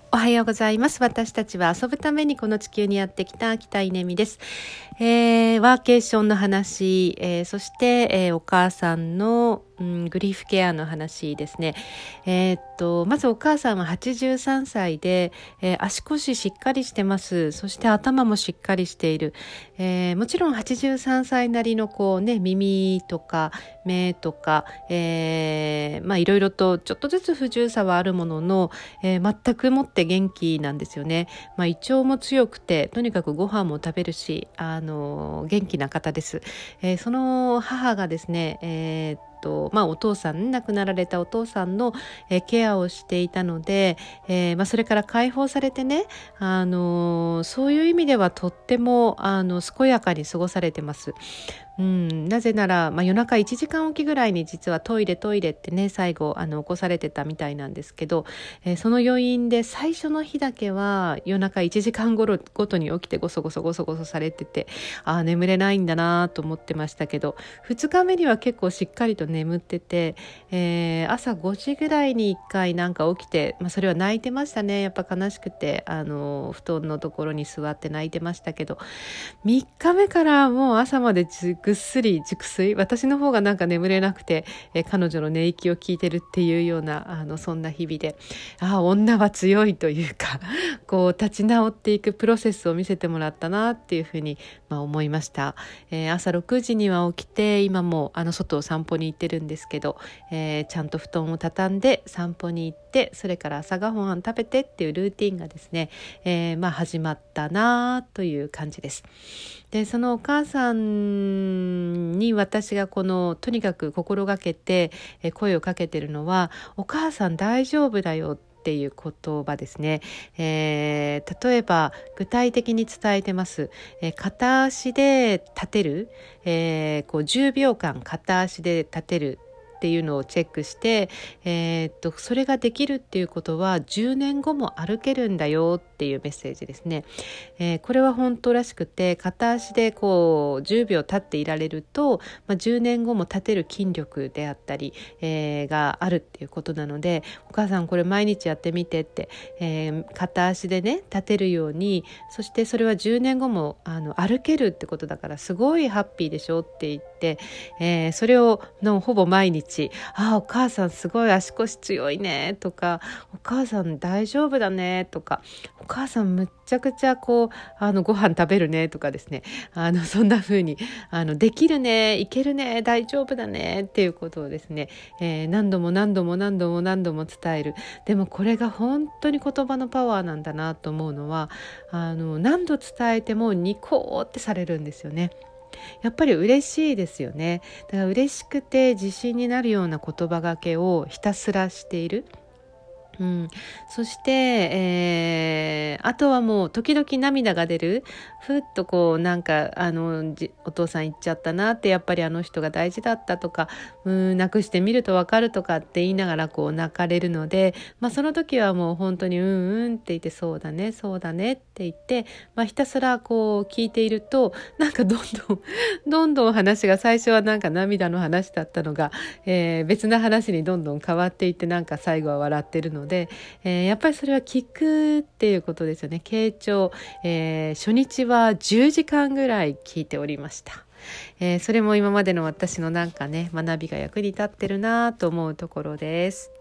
おはようございます。私たちは遊ぶためにこの地球にやってきた北稲美です。ワーケーションの話、そして、お母さんの、グリーフケアの話ですね。まずお母さんは83歳で、足腰しっかりしてます。そして頭もしっかりしている。もちろん83歳なりの耳とか目とか、いろいろとちょっとずつ不自由さはあるものの、全くもって元気なんですよね。胃腸も強くて、とにかくご飯も食べるし、元気な方です。その母がですね、お父さん、亡くなられたお父さんの、ケアをしていたので、それから解放されてね、そういう意味ではとっても健やかに過ごされてます。なぜなら、夜中1時間おきぐらいに実はトイレってね、最後起こされてたみたいなんですけど、その余韻で最初の日だけは夜中1時間ごとに起きてゴソゴソされてて、眠れないんだなと思ってましたけど、2日目には結構しっかりと眠ってて、朝5時ぐらいに1回なんか起きて、それは泣いてましたね。やっぱ悲しくて布団のところに座って泣いてましたけど、3日目からもう朝までぐっすり熟睡、私の方がなんか眠れなくて、彼女の寝息を聞いてるっていうようなそんな日々で、女は強いというか立ち直っていくプロセスを見せてもらったなっていうふうに、思いました。朝6時には起きて、今も外を散歩に行ってるんですけど、ちゃんと布団を畳んで散歩に行って、それから朝ごはん食べてっていうルーティンがですね、始まったなという感じです。で、そのお母さんに私がとにかく心がけて声をかけてるのは、お母さん大丈夫だよっていう言葉ですね。例えば具体的に伝えてます。片足で立てる、10秒間片足で立てるっていうのをチェックして、それができるっていうことは10年後も歩けるんだよっていうメッセージですね。これは本当らしくて、片足で10秒立っていられると、10年後も立てる筋力であったり、があるっていうことなので、お母さんこれ毎日やってみてって、片足でね立てるように、そしてそれは10年後も歩けるってことだからすごいハッピーでしょって言って、それをほぼ毎日、お母さんすごい足腰強いねとか、お母さん大丈夫だねとか、お母さんむっちゃくちゃご飯食べるねとかですね、そんな風にできるね、いけるね、大丈夫だねっていうことをですね、何度も伝える。でもこれが本当に言葉のパワーなんだなと思うのは、何度伝えてもニコーってされるんですよね。やっぱり嬉しいですよね。だから嬉しくて自信になるような言葉がけをひたすらしている。そして、あとはもう時々涙が出る。ふっとお父さん言っちゃったなって、やっぱりあの人が大事だったとか、泣くしてみるとわかるとかって言いながら泣かれるので、その時はもう本当にって言って、そうだねって言って、ひたすら聞いていると、なんかどんどん話が、最初はなんか涙の話だったのが、別な話にどんどん変わっていって、なんか最後は笑ってるので、やっぱりそれは聞くっていうことですよね。傾聴、初日は10時間ぐらい聞いておりました。それも今までの私の学びが役に立ってるなと思うところです。